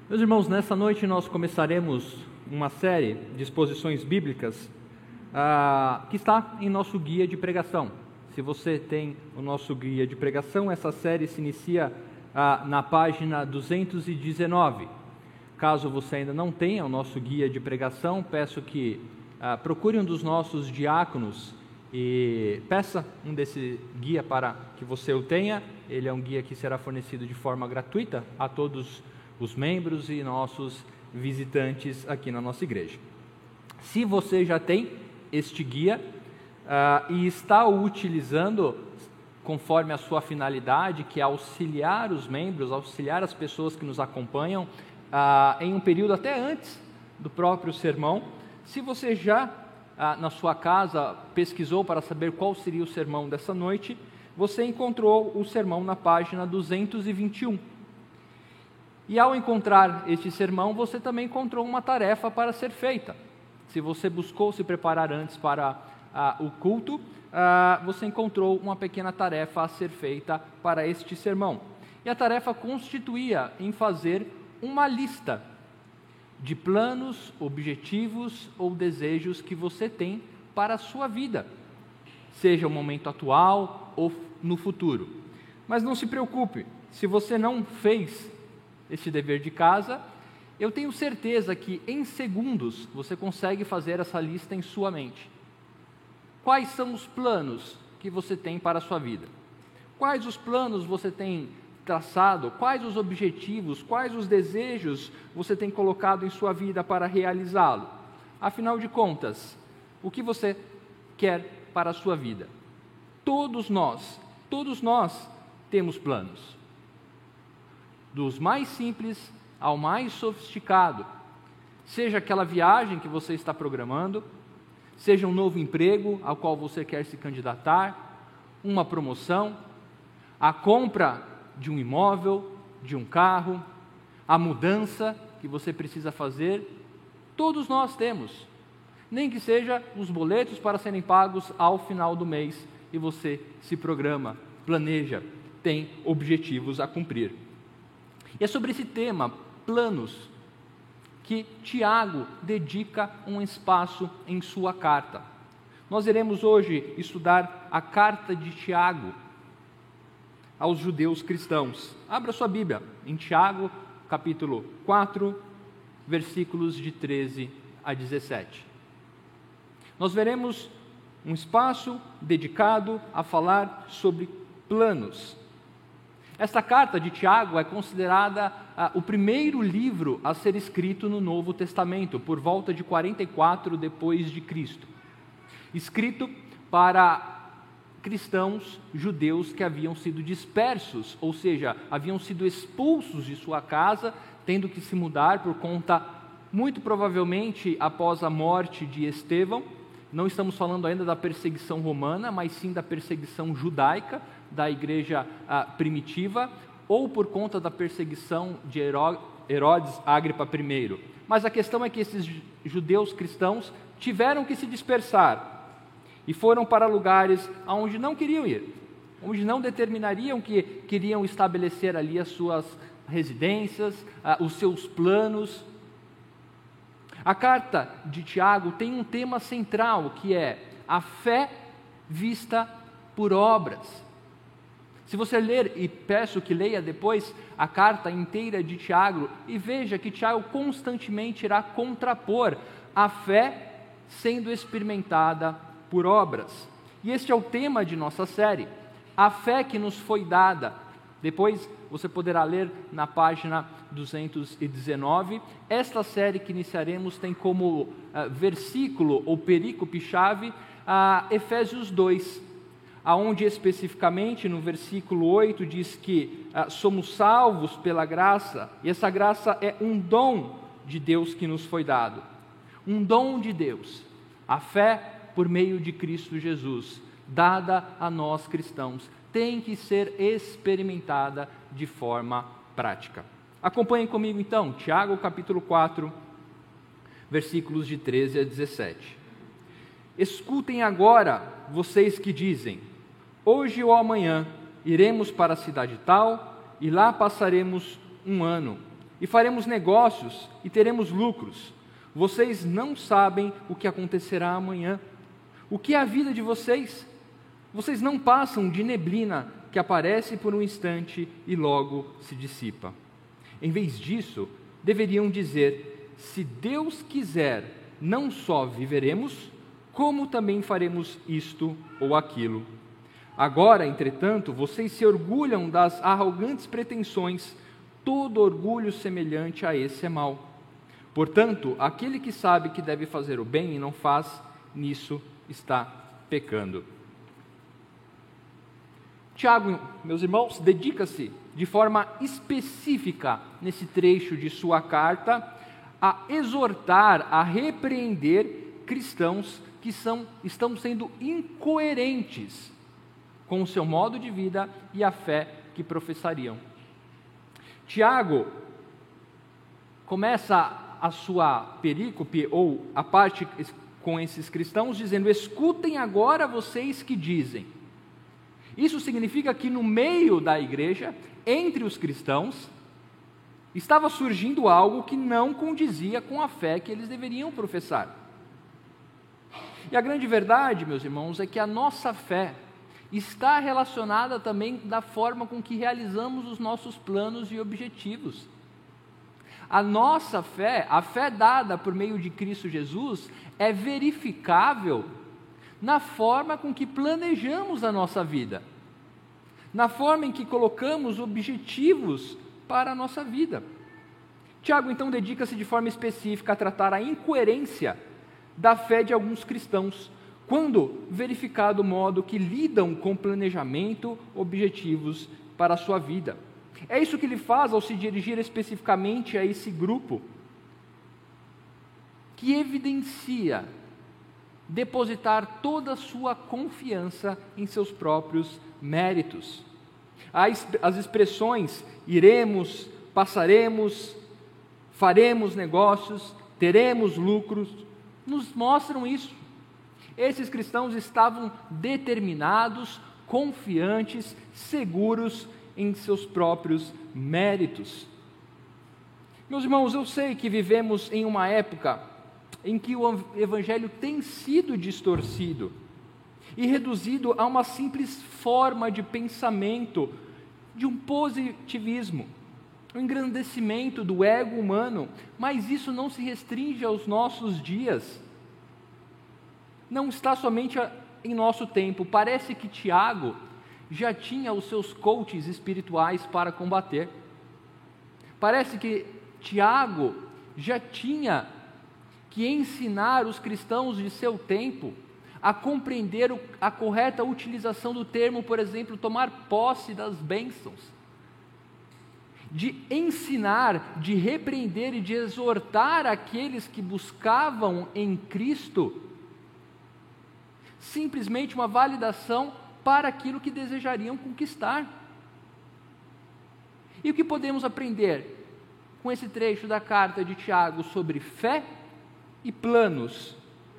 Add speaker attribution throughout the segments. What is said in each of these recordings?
Speaker 1: Meus irmãos, nessa noite nós começaremos uma série de exposições bíblicas que está em nosso guia de pregação. Se você tem o nosso guia de pregação, essa série se inicia na página 219. Caso você ainda não tenha o nosso guia de pregação, peço que procure um dos nossos diáconos e peça um desse guia para que você o tenha. Ele é um guia que será fornecido de forma gratuita a todos os membros e nossos visitantes aqui na nossa igreja. Se você já tem este guia e está o utilizando conforme a sua finalidade, que é auxiliar os membros, auxiliar as pessoas que nos acompanham em um período até antes do próprio sermão, se você já na sua casa pesquisou para saber qual seria o sermão dessa noite, você encontrou o sermão na página 221. E ao encontrar este sermão, você também encontrou uma tarefa para ser feita. Se você buscou se preparar antes para o culto, você encontrou uma pequena tarefa a ser feita para este sermão. E a tarefa constituía em fazer uma lista de planos, objetivos ou desejos que você tem para a sua vida, seja o momento atual ou no futuro. Mas não se preocupe, se você não fez este dever de casa, eu tenho certeza que em segundos você consegue fazer essa lista em sua mente. Quais são os planos que você tem para a sua vida? Quais os planos você tem traçado? Quais os objetivos? Quais os desejos você tem colocado em sua vida para realizá-lo? Afinal de contas, o que você quer para a sua vida? Todos nós temos planos. Dos mais simples ao mais sofisticado, seja aquela viagem que você está programando, seja um novo emprego ao qual você quer se candidatar, uma promoção, a compra de um imóvel, de um carro, a mudança que você precisa fazer, todos nós temos, nem que seja os boletos para serem pagos ao final do mês e você se programa, planeja, tem objetivos a cumprir. E é sobre esse tema, planos, que Tiago dedica um espaço em sua carta. Nós iremos hoje estudar a carta de Tiago aos judeus cristãos. Abra sua Bíblia em Tiago, capítulo 4, versículos de 13 a 17. Nós veremos um espaço dedicado a falar sobre planos. Esta carta de Tiago é considerada o primeiro livro a ser escrito no Novo Testamento, por volta de 44 depois de Cristo. Escrito para cristãos judeus que haviam sido dispersos, ou seja, haviam sido expulsos de sua casa, tendo que se mudar por conta, muito provavelmente, após a morte de Estevão. Não estamos falando ainda da perseguição romana, mas sim da perseguição judaica, da igreja primitiva, ou por conta da perseguição de Herodes Agripa I. Mas a questão é que esses judeus cristãos tiveram que se dispersar e foram para lugares aonde não queriam ir, onde não determinariam que queriam estabelecer ali as suas residências, os seus planos. A carta de Tiago tem um tema central, que é a fé vista por obras. Se você ler, e peço que leia depois a carta inteira de Tiago, e veja que Tiago constantemente irá contrapor a fé sendo experimentada por obras. E este é o tema de nossa série, a fé que nos foi dada. Depois você poderá ler na página 219. Esta série que iniciaremos tem como versículo ou perícope-chave Efésios 2, aonde especificamente no versículo 8 diz que somos salvos pela graça, e essa graça é um dom de Deus que nos foi dado. Um dom de Deus, a fé por meio de Cristo Jesus, dada a nós cristãos, tem que ser experimentada de forma prática. Acompanhem comigo então, Tiago capítulo 4, versículos de 13 a 17. Escutem agora, vocês que dizem: hoje ou amanhã iremos para a cidade tal, e lá passaremos um ano, e faremos negócios e teremos lucros. Vocês não sabem o que acontecerá amanhã. O que é a vida de vocês? Vocês não passam de neblina que aparece por um instante e logo se dissipa. Em vez disso, deveriam dizer: se Deus quiser, não só viveremos, como também faremos isto ou aquilo. Agora, entretanto, vocês se orgulham das arrogantes pretensões. Todo orgulho semelhante a esse é mau. Portanto, aquele que sabe que deve fazer o bem e não faz, nisso está pecando. Tiago, meus irmãos, dedica-se de forma específica, nesse trecho de sua carta, a exortar, a repreender cristãos que estão sendo incoerentes com o seu modo de vida e a fé que professariam. Tiago começa a sua perícope, ou a parte com esses cristãos, dizendo: escutem agora vocês que dizem. Isso significa que no meio da igreja, entre os cristãos, estava surgindo algo que não condizia com a fé que eles deveriam professar. E a grande verdade, meus irmãos, é que a nossa fé está relacionada também da forma com que realizamos os nossos planos e objetivos. A nossa fé, a fé dada por meio de Cristo Jesus, é verificável na forma com que planejamos a nossa vida, na forma em que colocamos objetivos para a nossa vida. Tiago, então, dedica-se de forma específica a tratar a incoerência da fé de alguns cristãos, quando verificado o modo que lidam com planejamento, objetivos para a sua vida. É isso que ele faz ao se dirigir especificamente a esse grupo, que evidencia depositar toda a sua confiança em seus próprios méritos. As expressões iremos, passaremos, faremos negócios, teremos lucros, nos mostram isso. Esses cristãos estavam determinados, confiantes, seguros em seus próprios méritos. Meus irmãos, eu sei que vivemos em uma época em que o Evangelho tem sido distorcido e reduzido a uma simples forma de pensamento, de um positivismo, um engrandecimento do ego humano, mas isso não se restringe aos nossos dias. Não está somente em nosso tempo. Parece que Tiago já tinha os seus coaches espirituais para combater. Parece que Tiago já tinha que ensinar os cristãos de seu tempo a compreender a correta utilização do termo, por exemplo, tomar posse das bênçãos, de ensinar, de repreender e de exortar aqueles que buscavam em Cristo simplesmente uma validação para aquilo que desejariam conquistar. E o que podemos aprender com esse trecho da carta de Tiago sobre fé e planos?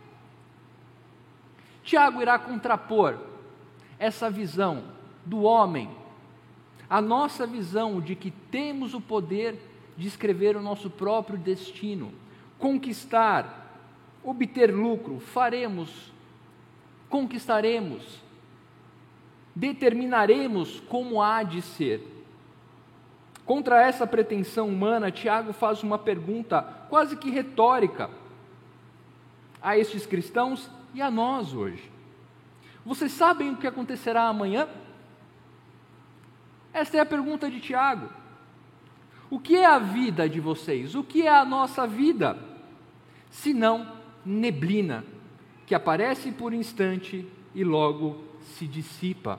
Speaker 1: Tiago irá contrapor essa visão do homem, a nossa visão de que temos o poder de escrever o nosso próprio destino, conquistar, obter lucro, faremos, conquistaremos, determinaremos como há de ser. Contra essa pretensão humana, Tiago faz uma pergunta quase que retórica a estes cristãos e a nós hoje. Vocês sabem o que acontecerá amanhã? Esta é a pergunta de Tiago. O que é a vida de vocês? O que é a nossa vida? Senão neblina, que aparece por instante e logo se dissipa.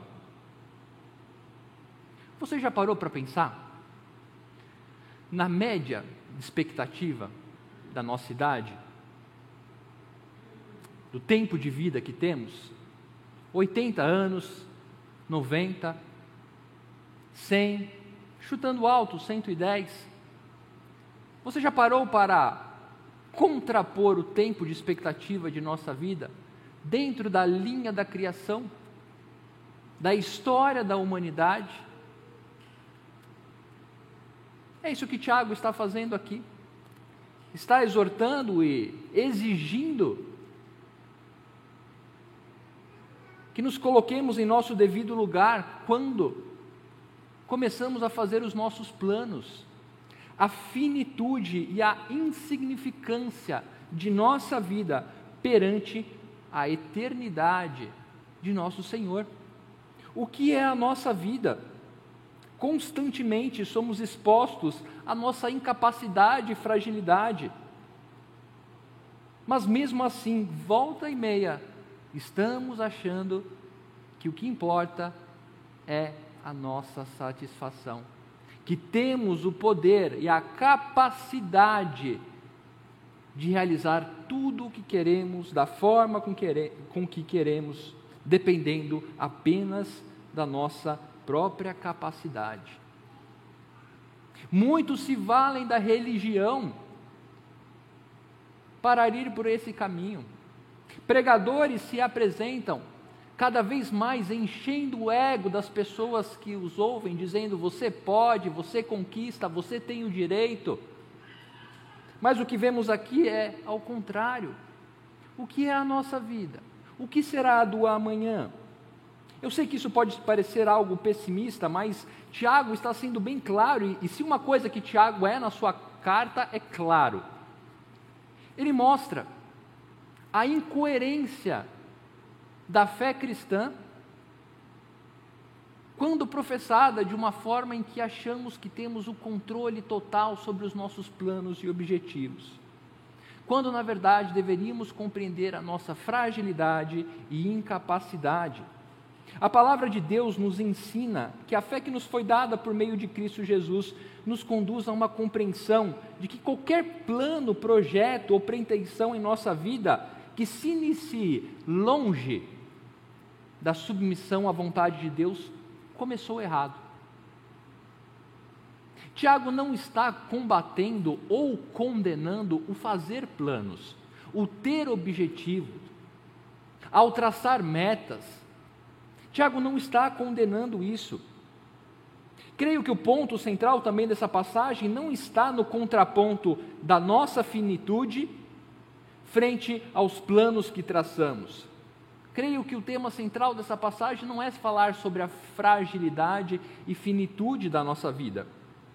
Speaker 1: Você já parou para pensar? Na média de expectativa da nossa idade, do tempo de vida que temos, 80 anos, 90, 100, chutando alto, 110. Você já parou para contrapor o tempo de expectativa de nossa vida dentro da linha da criação, da história da humanidade? É isso que Tiago está fazendo aqui. Está exortando e exigindo que nos coloquemos em nosso devido lugar quando começamos a fazer os nossos planos. A finitude e a insignificância de nossa vida perante a eternidade de nosso Senhor. O que é a nossa vida? Constantemente somos expostos à nossa incapacidade e fragilidade. Mas mesmo assim, volta e meia, estamos achando que o que importa é a nossa satisfação, que temos o poder e a capacidade de realizar tudo o que queremos, da forma com que queremos, dependendo apenas da nossa própria capacidade. Muitos se valem da religião para ir por esse caminho. Pregadores se apresentam cada vez mais enchendo o ego das pessoas que os ouvem, dizendo: você pode, você conquista, você tem o direito. Mas o que vemos aqui é ao contrário. O que é a nossa vida? O que será do amanhã? Eu sei que isso pode parecer algo pessimista, mas Tiago está sendo bem claro, e se uma coisa que Tiago é na sua carta, é claro. Ele mostra a incoerência da fé cristã quando professada de uma forma em que achamos que temos o controle total sobre os nossos planos e objetivos, quando na verdade deveríamos compreender a nossa fragilidade e incapacidade. A palavra de Deus nos ensina que a fé que nos foi dada por meio de Cristo Jesus nos conduz a uma compreensão de que qualquer plano, projeto ou pretensão em nossa vida que se inicie longe da submissão à vontade de Deus começou errado. Tiago não está combatendo ou condenando o fazer planos, o ter objetivos, ao traçar metas. Tiago não está condenando isso. Creio que o ponto central também dessa passagem não está no contraponto da nossa finitude frente aos planos que traçamos. Creio que o tema central dessa passagem não é falar sobre a fragilidade e finitude da nossa vida.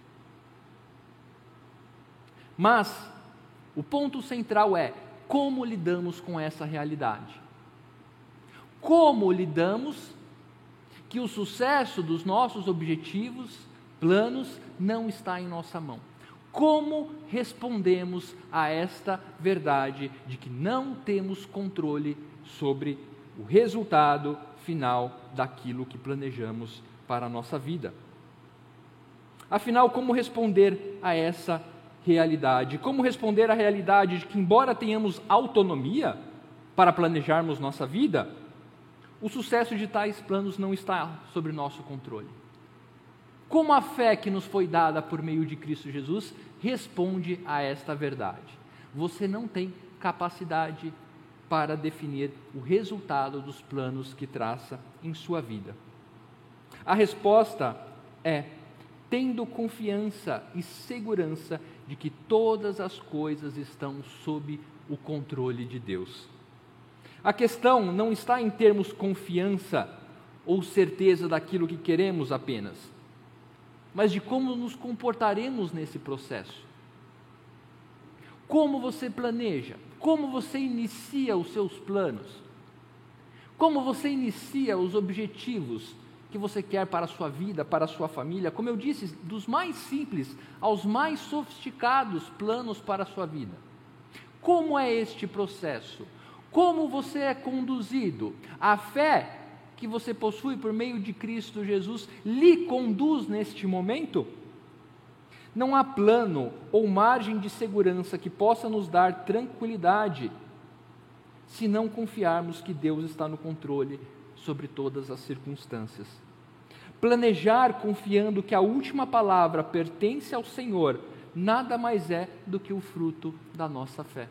Speaker 1: Mas o ponto central é como lidamos com essa realidade. Como lidamos que o sucesso dos nossos objetivos, planos, não está em nossa mão. Como respondemos a esta verdade de que não temos controle sobre o resultado final daquilo que planejamos para a nossa vida? Afinal, como responder a essa realidade? Como responder à realidade de que, embora tenhamos autonomia para planejarmos nossa vida, o sucesso de tais planos não está sob nosso controle? Como a fé que nos foi dada por meio de Cristo Jesus responde a esta verdade? Você não tem capacidade para definir o resultado dos planos que traça em sua vida. A resposta é: tendo confiança e segurança de que todas as coisas estão sob o controle de Deus. A questão não está em termos confiança ou certeza daquilo que queremos apenas, mas de como nos comportaremos nesse processo. Como você planeja? Como você inicia os seus planos? Como você inicia os objetivos que você quer para a sua vida, para a sua família? Como eu disse, dos mais simples aos mais sofisticados planos para a sua vida. Como é este processo? Como você é conduzido? A fé que você possui por meio de Cristo Jesus lhe conduz neste momento? Não há plano ou margem de segurança que possa nos dar tranquilidade se não confiarmos que Deus está no controle sobre todas as circunstâncias. Planejar confiando que a última palavra pertence ao Senhor nada mais é do que o fruto da nossa fé.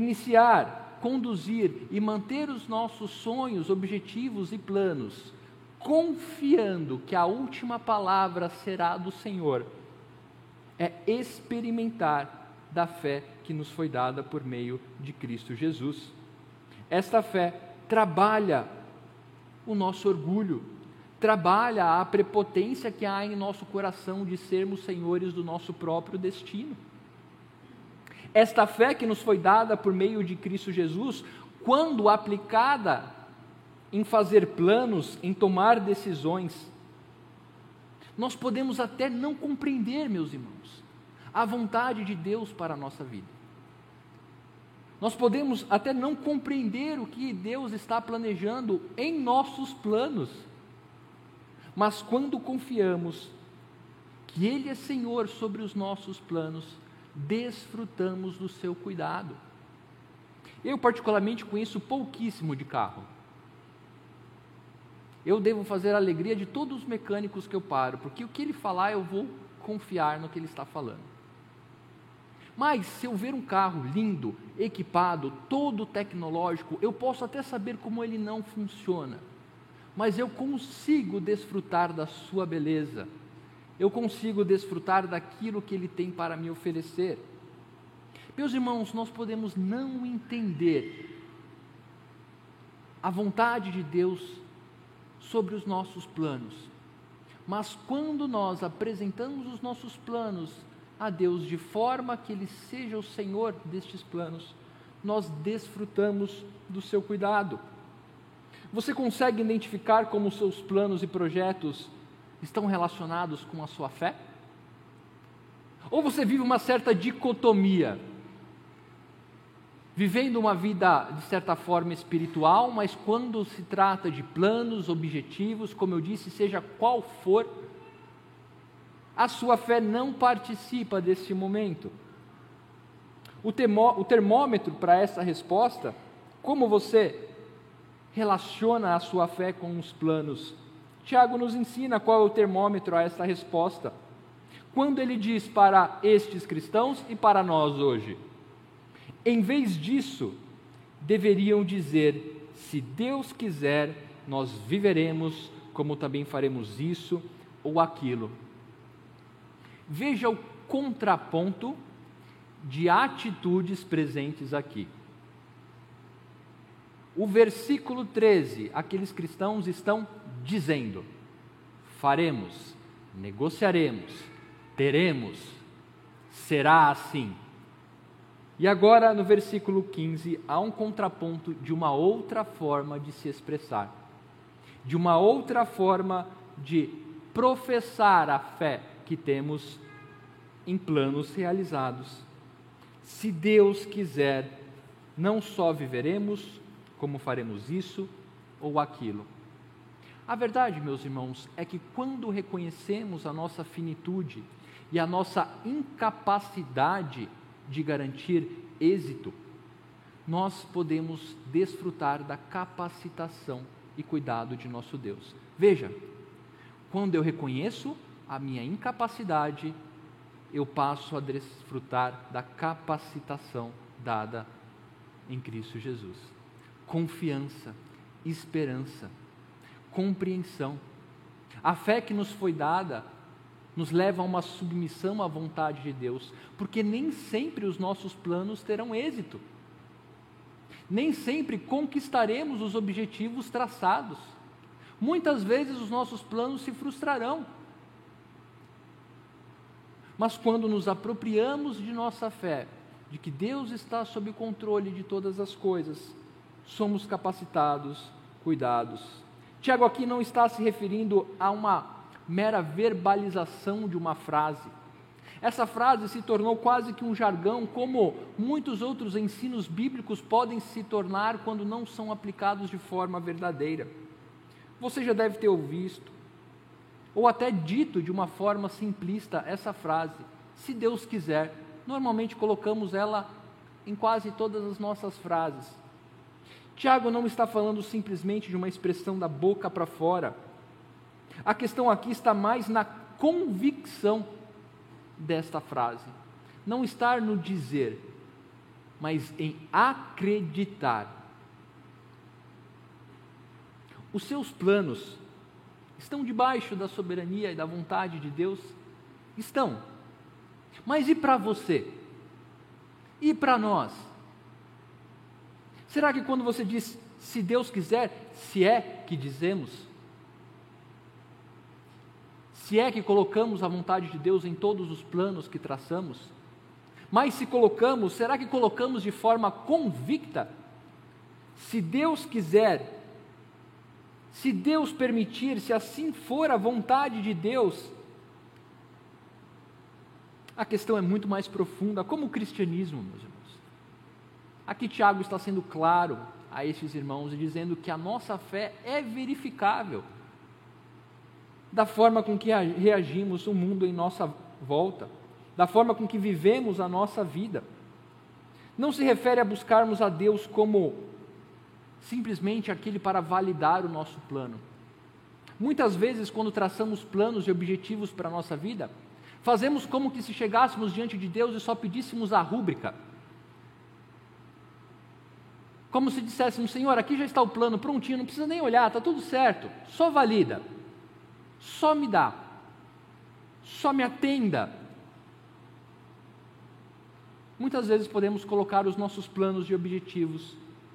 Speaker 1: Iniciar, conduzir e manter os nossos sonhos, objetivos e planos confiando que a última palavra será do Senhor, é experimentar da fé que nos foi dada por meio de Cristo Jesus. Esta fé trabalha o nosso orgulho, trabalha a prepotência que há em nosso coração de sermos senhores do nosso próprio destino. Esta fé que nos foi dada por meio de Cristo Jesus, quando aplicada em fazer planos, em tomar decisões, nós podemos até não compreender, meus irmãos, a vontade de Deus para a nossa vida. Nós podemos até não compreender o que Deus está planejando em nossos planos, mas quando confiamos que Ele é Senhor sobre os nossos planos, desfrutamos do seu cuidado. Eu particularmente conheço pouquíssimo de carro. Eu devo fazer a alegria de todos os mecânicos que eu paro, porque o que ele falar eu vou confiar no que ele está falando. Mas se eu ver um carro lindo, equipado, todo tecnológico, eu posso até saber como ele não funciona, mas eu consigo desfrutar da sua beleza, eu consigo desfrutar daquilo que ele tem para me oferecer. Meus irmãos, nós podemos não entender a vontade de Deus sobre os nossos planos, mas quando nós apresentamos os nossos planos a Deus de forma que Ele seja o Senhor destes planos, nós desfrutamos do seu cuidado. Você consegue identificar como os seus planos e projetos estão relacionados com a sua fé? Ou você vive uma certa dicotomia, vivendo uma vida de certa forma espiritual, mas quando se trata de planos, objetivos, como eu disse, seja qual for, a sua fé não participa desse momento. O termômetro para essa resposta, como você relaciona a sua fé com os planos? Tiago nos ensina qual é o termômetro a essa resposta. Quando ele diz para estes cristãos e para nós hoje, em vez disso, deveriam dizer: se Deus quiser, nós viveremos, como também faremos isso ou aquilo. Veja o contraponto de atitudes presentes aqui. O versículo 13, aqueles cristãos estão dizendo: faremos, negociaremos, teremos, será assim. E agora no versículo 15 há um contraponto de uma outra forma de se expressar, de uma outra forma de professar a fé que temos em planos realizados. Se Deus quiser, não só viveremos, como faremos isso ou aquilo. A verdade, meus irmãos, é que quando reconhecemos a nossa finitude e a nossa incapacidade de garantir êxito, nós podemos desfrutar da capacitação e cuidado de nosso Deus. Veja, quando eu reconheço a minha incapacidade, eu passo a desfrutar da capacitação dada em Cristo Jesus. Confiança, esperança, compreensão. A fé que nos foi dada nos leva a uma submissão à vontade de Deus, porque nem sempre os nossos planos terão êxito. Nem sempre conquistaremos os objetivos traçados. Muitas vezes os nossos planos se frustrarão. Mas quando nos apropriamos de nossa fé, de que Deus está sob o controle de todas as coisas, somos capacitados, cuidados. Tiago aqui não está se referindo a uma mera verbalização de uma frase. Essa frase se tornou quase que um jargão, como muitos outros ensinos bíblicos podem se tornar quando não são aplicados de forma verdadeira. Você já deve ter ouvido, ou até dito de uma forma simplista essa frase: se Deus quiser. Normalmente colocamos ela em quase todas as nossas frases. Tiago não está falando simplesmente de uma expressão da boca para fora. A questão aqui está mais na convicção desta frase. Não estar no dizer, mas em acreditar. Os seus planos Estão debaixo da soberania e da vontade de Deus? Estão. Mas e para você? E para nós? Será que quando você diz, se Deus quiser, se é que dizemos? Se é que colocamos a vontade de Deus em todos os planos que traçamos? Mas se colocamos, será que colocamos de forma convicta? Se Deus quiser, se Deus permitir, se assim for a vontade de Deus, a questão é muito mais profunda, como o cristianismo, meus irmãos. Aqui Tiago está sendo claro a estes irmãos e dizendo que a nossa fé é verificável da forma com que reagimos o mundo em nossa volta, da forma com que vivemos a nossa vida. Não se refere a buscarmos a Deus como simplesmente aquele para validar o nosso plano. Muitas vezes, quando traçamos planos e objetivos para a nossa vida, fazemos como que se chegássemos diante de Deus e só pedíssemos a rúbrica. Como se disséssemos, Senhor, aqui já está o plano prontinho, não precisa nem olhar, está tudo certo, só valida, só me dá, só me atenda. Muitas vezes podemos colocar os nossos planos e objetivos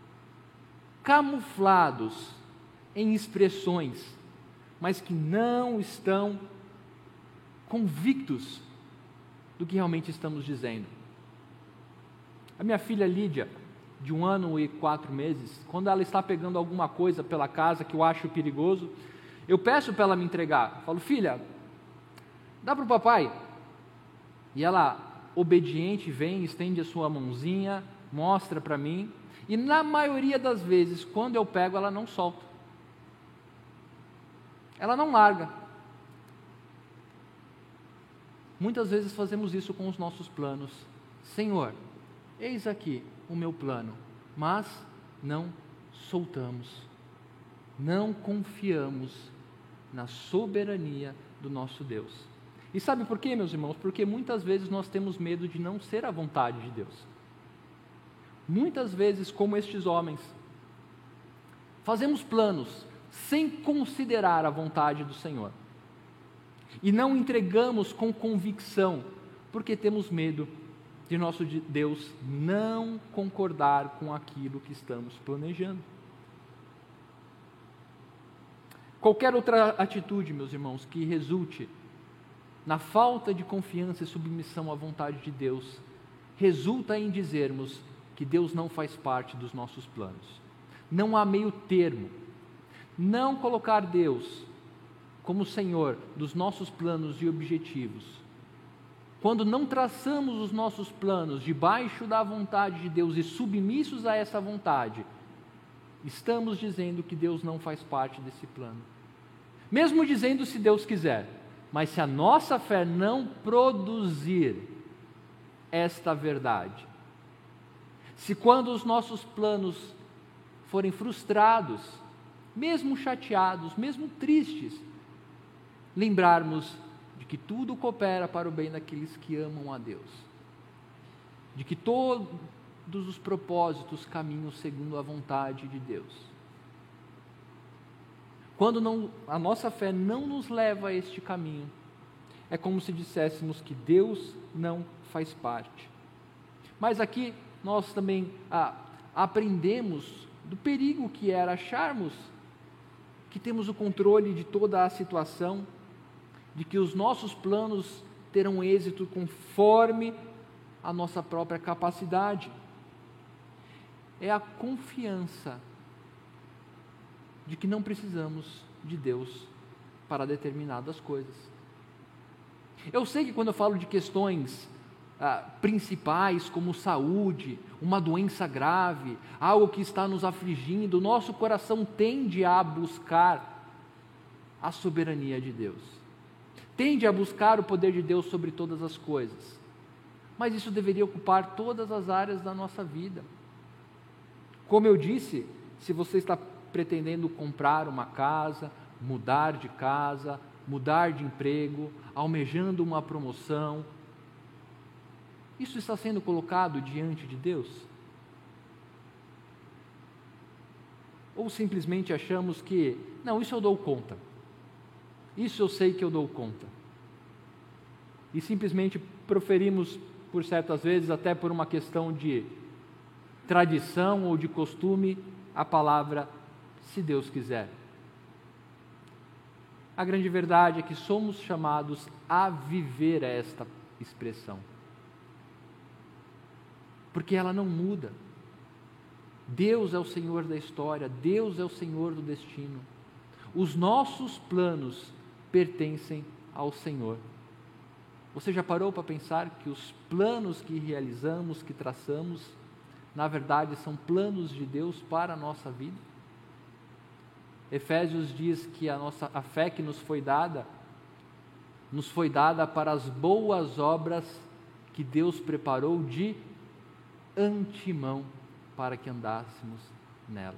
Speaker 1: camuflados em expressões, mas que não estão convictos do que realmente estamos dizendo. A minha filha Lídia, de 1 ano e 4 meses, quando ela está pegando alguma coisa pela casa que eu acho perigoso, eu peço para ela me entregar. Eu falo, filha, dá para o papai. E ela, obediente, vem, estende a sua mãozinha, mostra para mim, e na maioria das vezes, quando eu pego, ela não solta. Ela não larga. Muitas vezes fazemos isso com os nossos planos. Senhor, eis aqui o meu plano, mas não soltamos, não confiamos na soberania do nosso Deus. E sabe por quê, meus irmãos? Porque muitas vezes nós temos medo de não ser a vontade de Deus. Muitas vezes, como estes homens, fazemos planos sem considerar a vontade do Senhor. E não entregamos com convicção, porque temos medo de nosso Deus não concordar com aquilo que estamos planejando. Qualquer outra atitude, meus irmãos, que resulte na falta de confiança e submissão à vontade de Deus, resulta em dizermos que Deus não faz parte dos nossos planos. Não há meio termo. Não colocar Deus como Senhor dos nossos planos e objetivos. Quando não traçamos os nossos planos debaixo da vontade de Deus e submissos a essa vontade, estamos dizendo que Deus não faz parte desse plano. Mesmo dizendo se Deus quiser, mas se a nossa fé não produzir esta verdade, se quando os nossos planos forem frustrados, mesmo chateados, mesmo tristes, lembrarmos de que tudo coopera para o bem daqueles que amam a Deus, de que todos os propósitos caminham segundo a vontade de Deus. Quando a nossa fé não nos leva a este caminho, é como se disséssemos que Deus não faz parte. Mas aqui nós também aprendemos do perigo que era acharmos que temos o controle de toda a situação, de que os nossos planos terão êxito conforme a nossa própria capacidade. É a confiança de que não precisamos de Deus para determinadas coisas. Eu sei que quando eu falo de questões principais como saúde, uma doença grave, algo que está nos afligindo, o nosso coração tende a buscar a soberania de Deus, tende a buscar o poder de Deus sobre todas as coisas, mas isso deveria ocupar todas as áreas da nossa vida. Como eu disse, se você está pretendendo comprar uma casa, mudar de casa, mudar de emprego, almejando uma promoção, isso está sendo colocado diante de Deus? Ou simplesmente achamos que, não, isso eu dou conta, Isso eu sei que eu dou conta. E simplesmente proferimos, por certas vezes, até por uma questão de tradição ou de costume, a palavra, se Deus quiser. A grande verdade é que somos chamados a viver esta expressão, porque ela não muda. Deus é o Senhor da história, Deus é o Senhor do destino. Os nossos planos pertencem ao Senhor. Você já parou para pensar que os planos que realizamos, que traçamos, na verdade são planos de Deus para a nossa vida? Efésios diz que a fé que nos foi dada para as boas obras que Deus preparou de antemão para que andássemos nelas.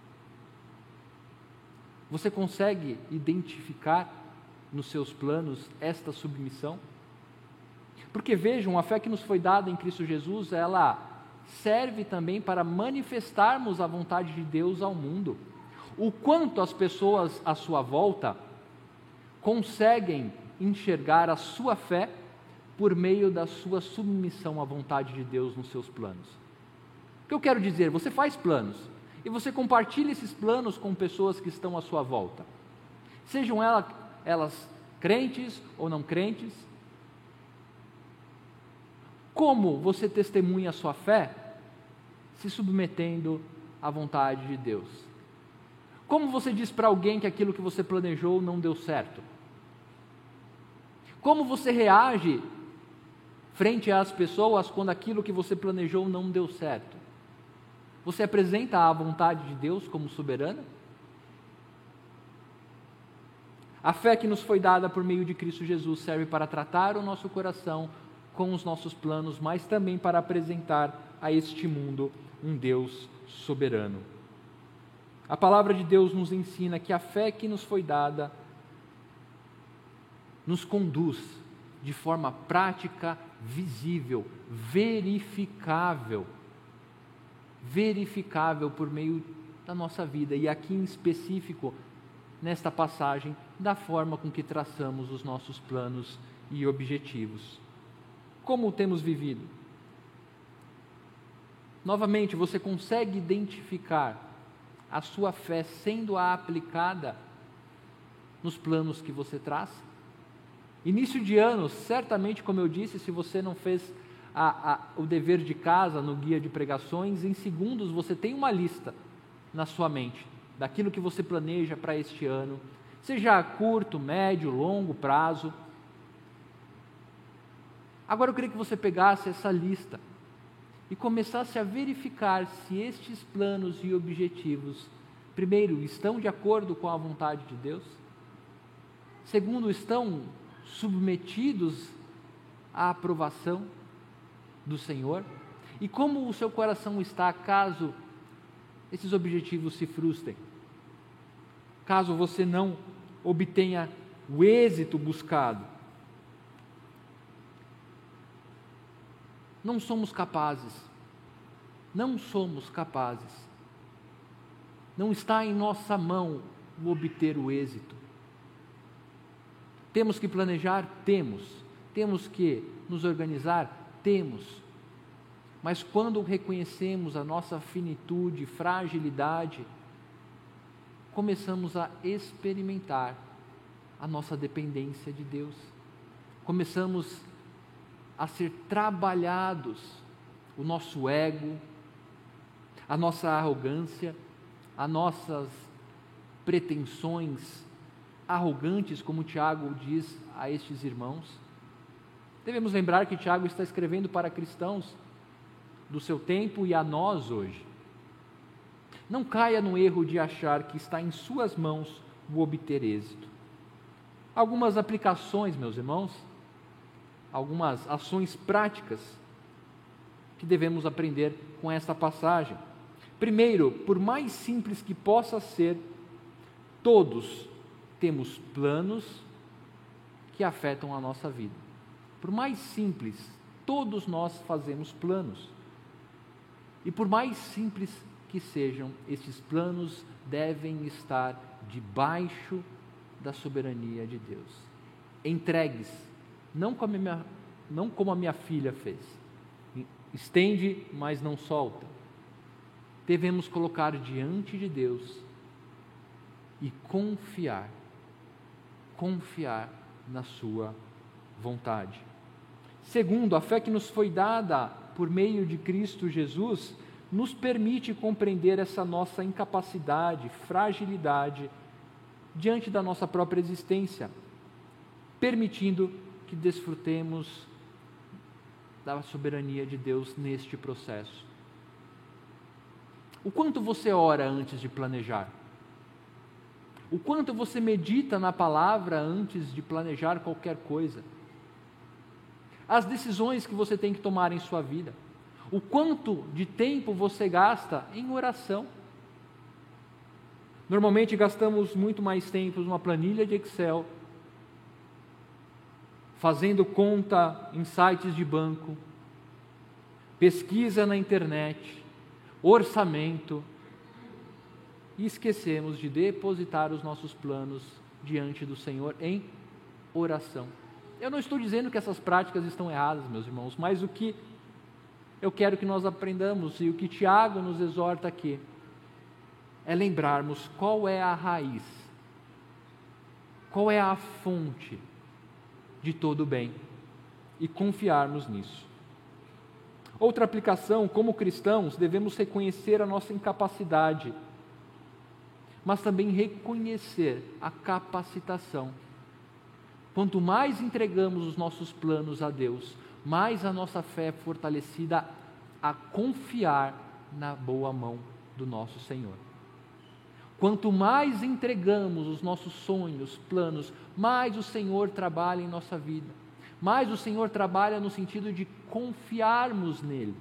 Speaker 1: Você consegue identificar nos seus planos esta submissão? Porque vejam, a fé que nos foi dada em Cristo Jesus, ela serve também para manifestarmos a vontade de Deus ao mundo. O quanto as pessoas à sua volta conseguem enxergar a sua fé por meio da sua submissão à vontade de Deus nos seus planos. O que eu quero dizer? Você faz planos e você compartilha esses planos com pessoas que estão à sua volta, sejam elas crentes ou não crentes. Como você testemunha a sua fé? Se submetendo à vontade de Deus. Como você diz para alguém que aquilo que você planejou não deu certo? Como você reage frente às pessoas quando aquilo que você planejou não deu certo? Você apresenta a vontade de Deus como soberana? A fé que nos foi dada por meio de Cristo Jesus serve para tratar o nosso coração com os nossos planos, mas também para apresentar a este mundo um Deus soberano. A palavra de Deus nos ensina que a fé que nos foi dada nos conduz de forma prática, visível, verificável por meio da nossa vida, e aqui em específico, nesta passagem, da forma com que traçamos os nossos planos e objetivos. Como temos vivido? Novamente, você consegue identificar a sua fé sendo aplicada nos planos que você traz? Início de ano, certamente, como eu disse, se você não fez o dever de casa no guia de pregações, em segundos você tem uma lista na sua mente daquilo que você planeja para este ano, seja a curto, médio, longo prazo. Agora eu queria que você pegasse essa lista e começasse a verificar se estes planos e objetivos, primeiro, estão de acordo com a vontade de Deus, segundo, estão submetidos à aprovação do Senhor, e como o seu coração está caso esses objetivos se frustrem, caso você não obtenha o êxito buscado. Não somos capazes, não está em nossa mão o obter o êxito. Temos que planejar? Temos que nos organizar? Temos, mas quando reconhecemos a nossa finitude, fragilidade, começamos a experimentar a nossa dependência de Deus, começamos a ser trabalhados o nosso ego, a nossa arrogância, as nossas pretensões arrogantes, como Tiago diz a estes irmãos. Devemos lembrar que Tiago está escrevendo para cristãos do seu tempo e a nós hoje. Não caia no erro de achar que está em suas mãos o obter êxito. Algumas aplicações, meus irmãos, algumas ações práticas que devemos aprender com esta passagem. Primeiro, por mais simples que possa ser, todos temos planos que afetam a nossa vida. Por mais simples, todos nós fazemos planos. E por mais simples que sejam, estes planos devem estar debaixo da soberania de Deus, entregues, não como a minha filha fez, estende, mas não solta. Devemos colocar diante de Deus e confiar na sua vontade. Segundo, a fé que nos foi dada por meio de Cristo Jesus nos permite compreender essa nossa incapacidade, fragilidade diante da nossa própria existência, permitindo que desfrutemos da soberania de Deus neste processo. O quanto você ora antes de planejar? O quanto você medita na palavra antes de planejar qualquer coisa? As decisões que você tem que tomar em sua vida? O quanto de tempo você gasta em oração? Normalmente gastamos muito mais tempo numa planilha de Excel, fazendo conta em sites de banco, pesquisa na internet, orçamento, e esquecemos de depositar os nossos planos diante do Senhor em oração. Eu não estou dizendo que essas práticas estão erradas, meus irmãos, mas o que eu quero que nós aprendamos, e o que Tiago nos exorta aqui, é lembrarmos qual é a raiz, qual é a fonte de todo o bem, e confiarmos nisso. Outra aplicação, como cristãos, devemos reconhecer a nossa incapacidade, mas também reconhecer a capacitação. Quanto mais entregamos os nossos planos a Deus, mais a nossa fé é fortalecida a confiar na boa mão do nosso Senhor. Quanto mais entregamos os nossos sonhos, planos, mais o Senhor trabalha em nossa vida. Mais o Senhor trabalha no sentido de confiarmos nele.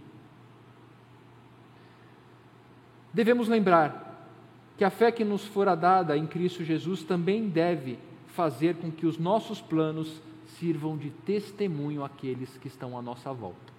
Speaker 1: Devemos lembrar que a fé que nos fora dada em Cristo Jesus também deve fazer com que os nossos planos sirvam de testemunho àqueles que estão à nossa volta.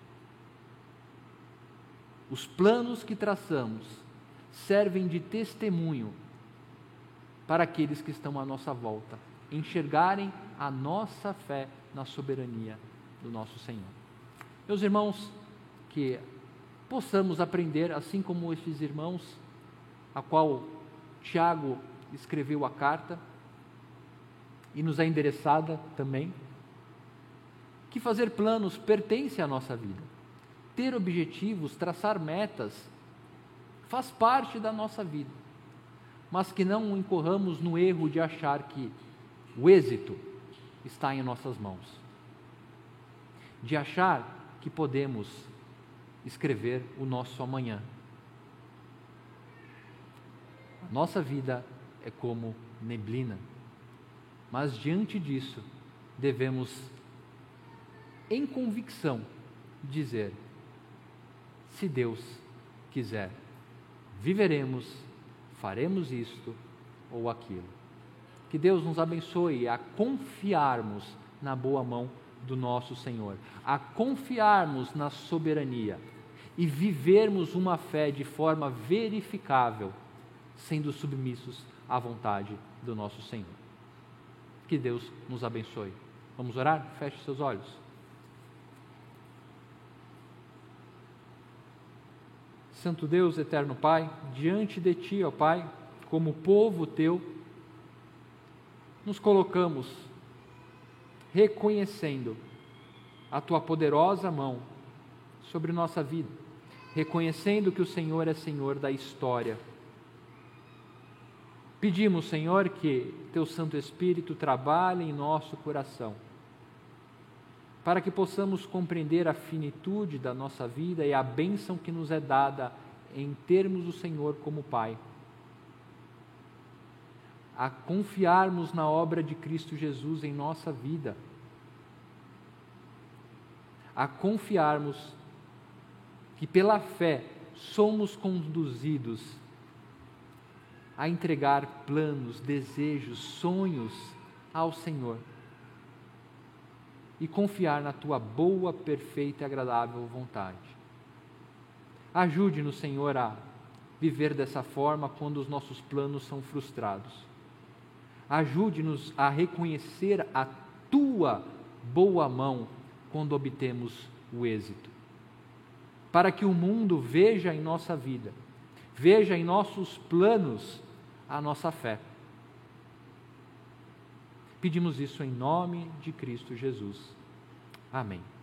Speaker 1: Os planos que traçamos servem de testemunho para aqueles que estão à nossa volta, enxergarem a nossa fé na soberania do nosso Senhor. Meus irmãos, que possamos aprender, assim como esses irmãos, a qual Tiago escreveu a carta, e nos é endereçada também, que fazer planos pertence à nossa vida. Ter objetivos, traçar metas, faz parte da nossa vida, mas que não incorramos no erro de achar que o êxito está em nossas mãos, de achar que podemos escrever o nosso amanhã. A nossa vida é como neblina, mas diante disso devemos, em convicção, dizer: se Deus quiser, viveremos, faremos isto ou aquilo. Que Deus nos abençoe a confiarmos na boa mão do nosso Senhor, a confiarmos na soberania e vivermos uma fé de forma verificável, sendo submissos à vontade do nosso Senhor. Que Deus nos abençoe. Vamos orar? Feche seus olhos. Santo Deus, eterno Pai, diante de Ti, ó Pai, como povo Teu, nos colocamos reconhecendo a Tua poderosa mão sobre nossa vida, reconhecendo que o Senhor é Senhor da história. Pedimos, Senhor, que Teu Santo Espírito trabalhe em nosso coração, para que possamos compreender a finitude da nossa vida e a bênção que nos é dada em termos o Senhor como Pai, a confiarmos na obra de Cristo Jesus em nossa vida, a confiarmos que pela fé somos conduzidos a entregar planos, desejos, sonhos ao Senhor e confiar na Tua boa, perfeita e agradável vontade. Ajude-nos, Senhor, a viver dessa forma quando os nossos planos são frustrados. ajude-nos a reconhecer a tua boa mão quando obtemos o êxito, para que o mundo veja em nossa vida, veja em nossos planos a nossa fé. Pedimos isso em nome de Cristo Jesus. Amém.